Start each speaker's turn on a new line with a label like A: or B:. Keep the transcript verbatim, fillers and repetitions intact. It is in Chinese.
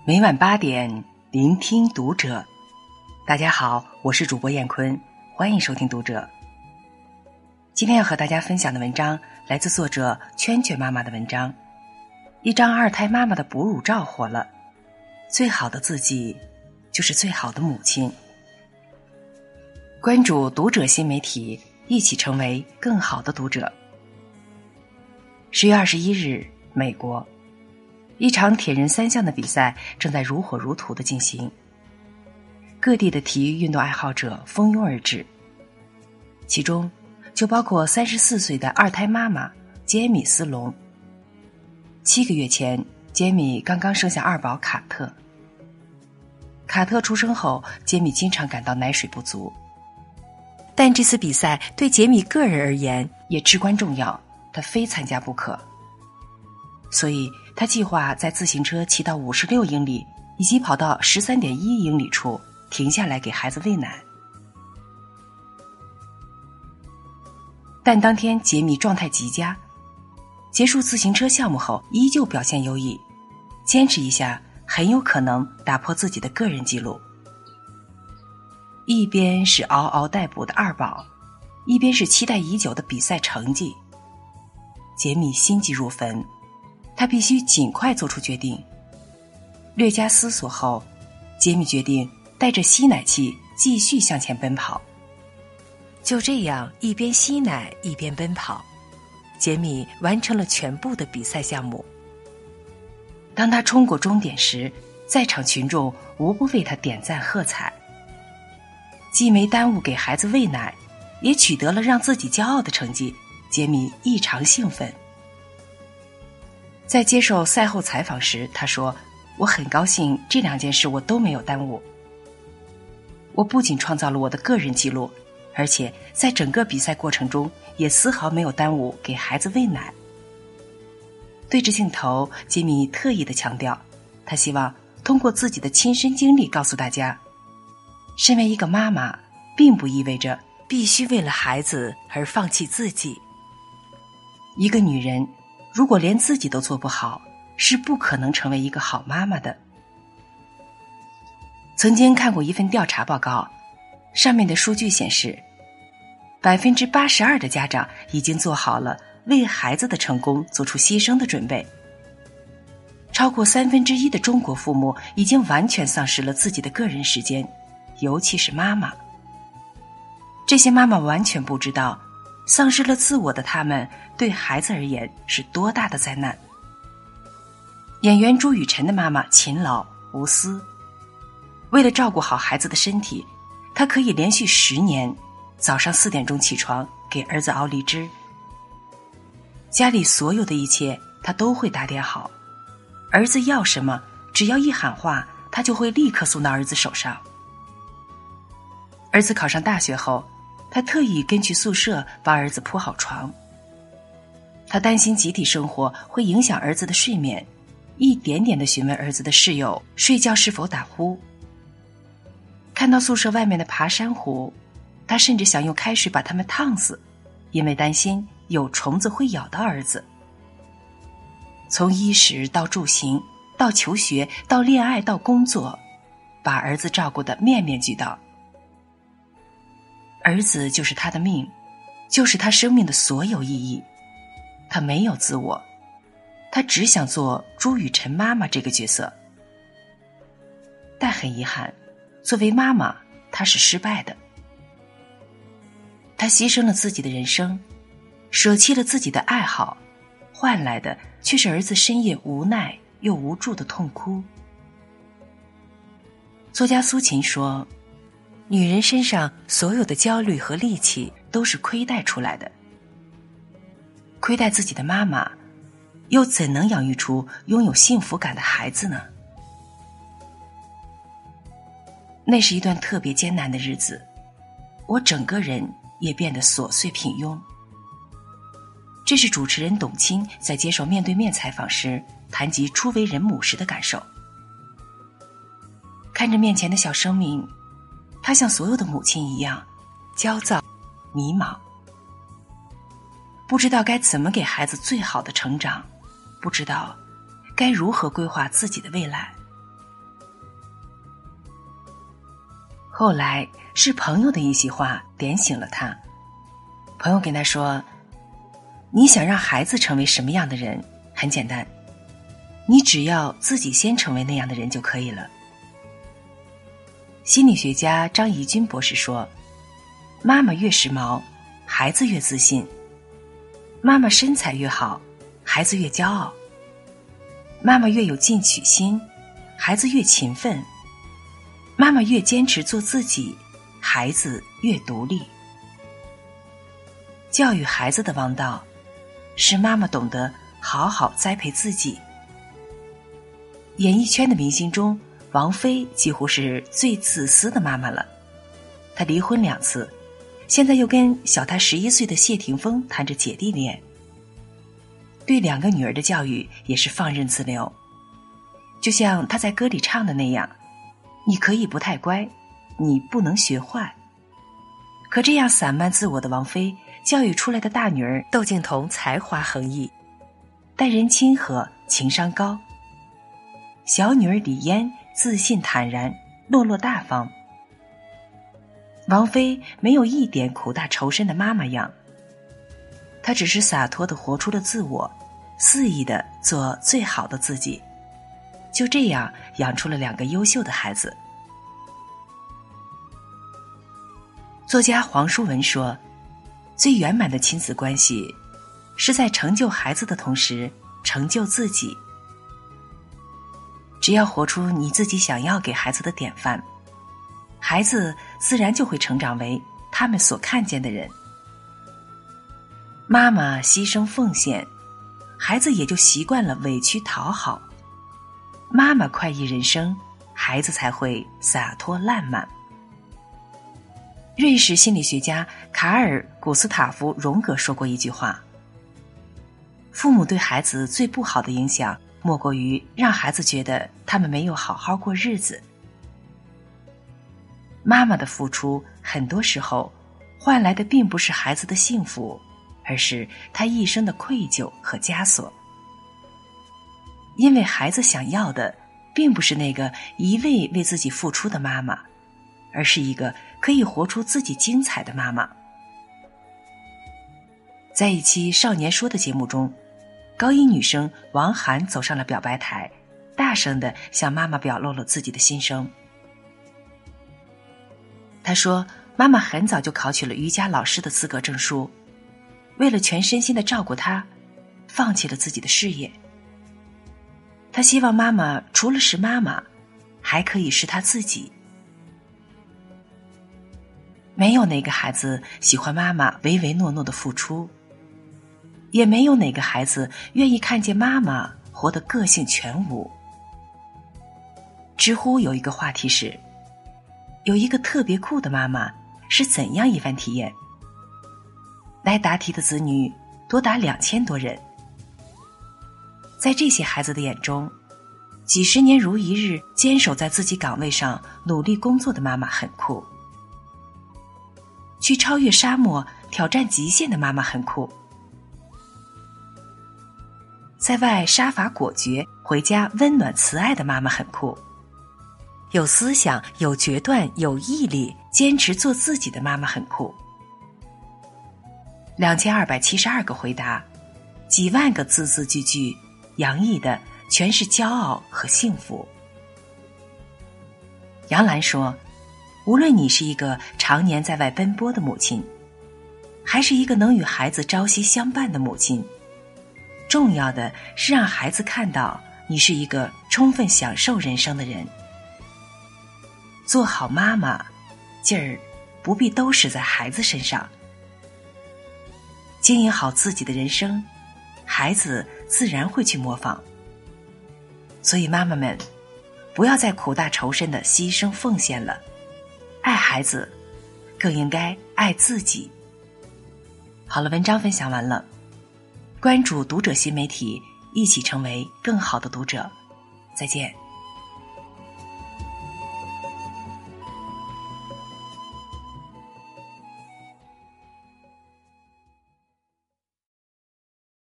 A: 每晚八点，聆听读者。大家好，我是主播燕坤，欢迎收听读者。今天要和大家分享的文章来自作者圈圈妈妈的文章。一张二胎妈妈的哺乳照火了，最好的自己就是最好的母亲。关注读者新媒体，一起成为更好的读者。十月二十一日，美国一场铁人三项的比赛正在如火如荼地进行，各地的体育运动爱好者蜂拥而至，其中就包括三十四岁的二胎妈妈杰米斯隆。七个月前，杰米刚刚生下二宝卡特。卡特出生后，杰米经常感到奶水不足，但这次比赛对杰米个人而言也至关重要，他非参加不可。所以他计划在自行车骑到五十六英里以及跑到 十三点一英里处停下来给孩子喂奶。但当天杰米状态极佳，结束自行车项目后依旧表现优异，坚持一下很有可能打破自己的个人纪录。一边是嗷嗷待哺的二宝，一边是期待已久的比赛成绩，杰米心急如焚，他必须尽快做出决定。略加思索后，杰米决定带着吸奶器继续向前奔跑。就这样，一边吸奶一边奔跑，杰米完成了全部的比赛项目。当他冲过终点时，在场群众无不为他点赞喝彩。既没耽误给孩子喂奶，也取得了让自己骄傲的成绩，杰米异常兴奋。在接受赛后采访时，他说：我很高兴这两件事我都没有耽误。我不仅创造了我的个人纪录，而且在整个比赛过程中也丝毫没有耽误给孩子喂奶。对着镜头，杰米特意地强调，他希望通过自己的亲身经历告诉大家，身为一个妈妈并不意味着必须为了孩子而放弃自己。一个女人如果连自己都做不好，是不可能成为一个好妈妈的。曾经看过一份调查报告，上面的数据显示 百分之八十二 的家长已经做好了为孩子的成功做出牺牲的准备。超过三分之一的中国父母已经完全丧失了自己的个人时间，尤其是妈妈。这些妈妈完全不知道，丧失了自我的他们对孩子而言是多大的灾难。演员朱雨辰的妈妈勤劳无私，为了照顾好孩子的身体，她可以连续十年早上四点钟起床给儿子熬荔枝。家里所有的一切她都会打点好，儿子要什么，只要一喊话，她就会立刻送到儿子手上。儿子考上大学后，她特意跟去宿舍帮儿子铺好床。她担心集体生活会影响儿子的睡眠，一点点地询问儿子的室友睡觉是否打呼。看到宿舍外面的爬山虎，他甚至想用开水把它们烫死，因为担心有虫子会咬到儿子。从衣食到住行，到求学，到恋爱，到工作，把儿子照顾得面面俱到。儿子就是他的命，就是他生命的所有意义。他没有自我，他只想做朱雨辰妈妈这个角色。但很遗憾，作为妈妈，她是失败的。她牺牲了自己的人生，舍弃了自己的爱好，换来的却是儿子深夜无奈又无助的痛哭。作家苏秦说，女人身上所有的焦虑和戾气都是亏待出来的。亏待自己的妈妈，又怎能养育出拥有幸福感的孩子呢？那是一段特别艰难的日子，我整个人也变得琐碎平庸。这是主持人董卿在接受面对面采访时谈及初为人母时的感受。看着面前的小生命，她像所有的母亲一样，焦躁、迷茫，不知道该怎么给孩子最好的成长，不知道该如何规划自己的未来。 后来是朋友的一席话点醒了他。朋友跟他说，你想让孩子成为什么样的人，很简单，你只要自己先成为那样的人就可以了。心理学家张怡君博士说，妈妈越时髦，孩子越自信；妈妈身材越好，孩子越骄傲；妈妈越有进取心，孩子越勤奋；妈妈越坚持做自己，孩子越独立。教育孩子的王道，是妈妈懂得好好栽培自己。演艺圈的明星中，王菲几乎是最自私的妈妈了。她离婚两次，现在又跟小她十一岁的谢霆锋谈着姐弟恋。对两个女儿的教育也是放任自流，就像她在歌里唱的那样，你可以不太乖，你不能学坏。可这样散漫自我的王菲教育出来的大女儿窦靖童才华横溢，待人亲和，情商高；小女儿李嫣自信坦然，落落大方。王菲没有一点苦大仇深的妈妈样，她只是洒脱地活出了自我，肆意地做最好的自己，就这样养出了两个优秀的孩子。作家黄淑文说，最圆满的亲子关系是在成就孩子的同时成就自己。只要活出你自己想要给孩子的典范，孩子自然就会成长为他们所看见的人。妈妈牺牲奉献，孩子也就习惯了委屈讨好；妈妈快意人生，孩子才会洒脱烂漫。瑞士心理学家卡尔·古斯塔夫·荣格说过一句话，父母对孩子最不好的影响，莫过于让孩子觉得他们没有好好过日子。妈妈的付出很多时候换来的并不是孩子的幸福，而是他一生的愧疚和枷锁。因为孩子想要的并不是那个一味为自己付出的妈妈，而是一个可以活出自己精彩的妈妈。在一期少年说的节目中，高一女生王涵走上了表白台，大声地向妈妈表露了自己的心声。她说，妈妈很早就考取了瑜伽老师的资格证书，为了全身心地照顾她，放弃了自己的事业。她希望妈妈除了是妈妈，还可以是她自己。没有哪个孩子喜欢妈妈唯唯诺诺的付出，也没有哪个孩子愿意看见妈妈活得个性全无。知乎有一个话题是，有一个特别酷的妈妈是怎样一番体验？来答题的子女多达两千多人。在这些孩子的眼中，几十年如一日坚守在自己岗位上努力工作的妈妈很酷，去超越沙漠挑战极限的妈妈很酷，在外杀伐果决回家温暖慈爱的妈妈很酷，有思想有决断有毅力坚持做自己的妈妈很酷。两千二百七十二个回答，几万个字字句句洋溢的全是骄傲和幸福。杨澜说，无论你是一个常年在外奔波的母亲，还是一个能与孩子朝夕相伴的母亲，重要的是让孩子看到你是一个充分享受人生的人。做好妈妈，劲儿不必都使在孩子身上。经营好自己的人生，孩子自然会去模仿。所以妈妈们，不要再苦大仇深的牺牲奉献了，爱孩子，更应该爱自己。好了，文章分享完了，关注读者新媒体，一起成为更好的读者。再见。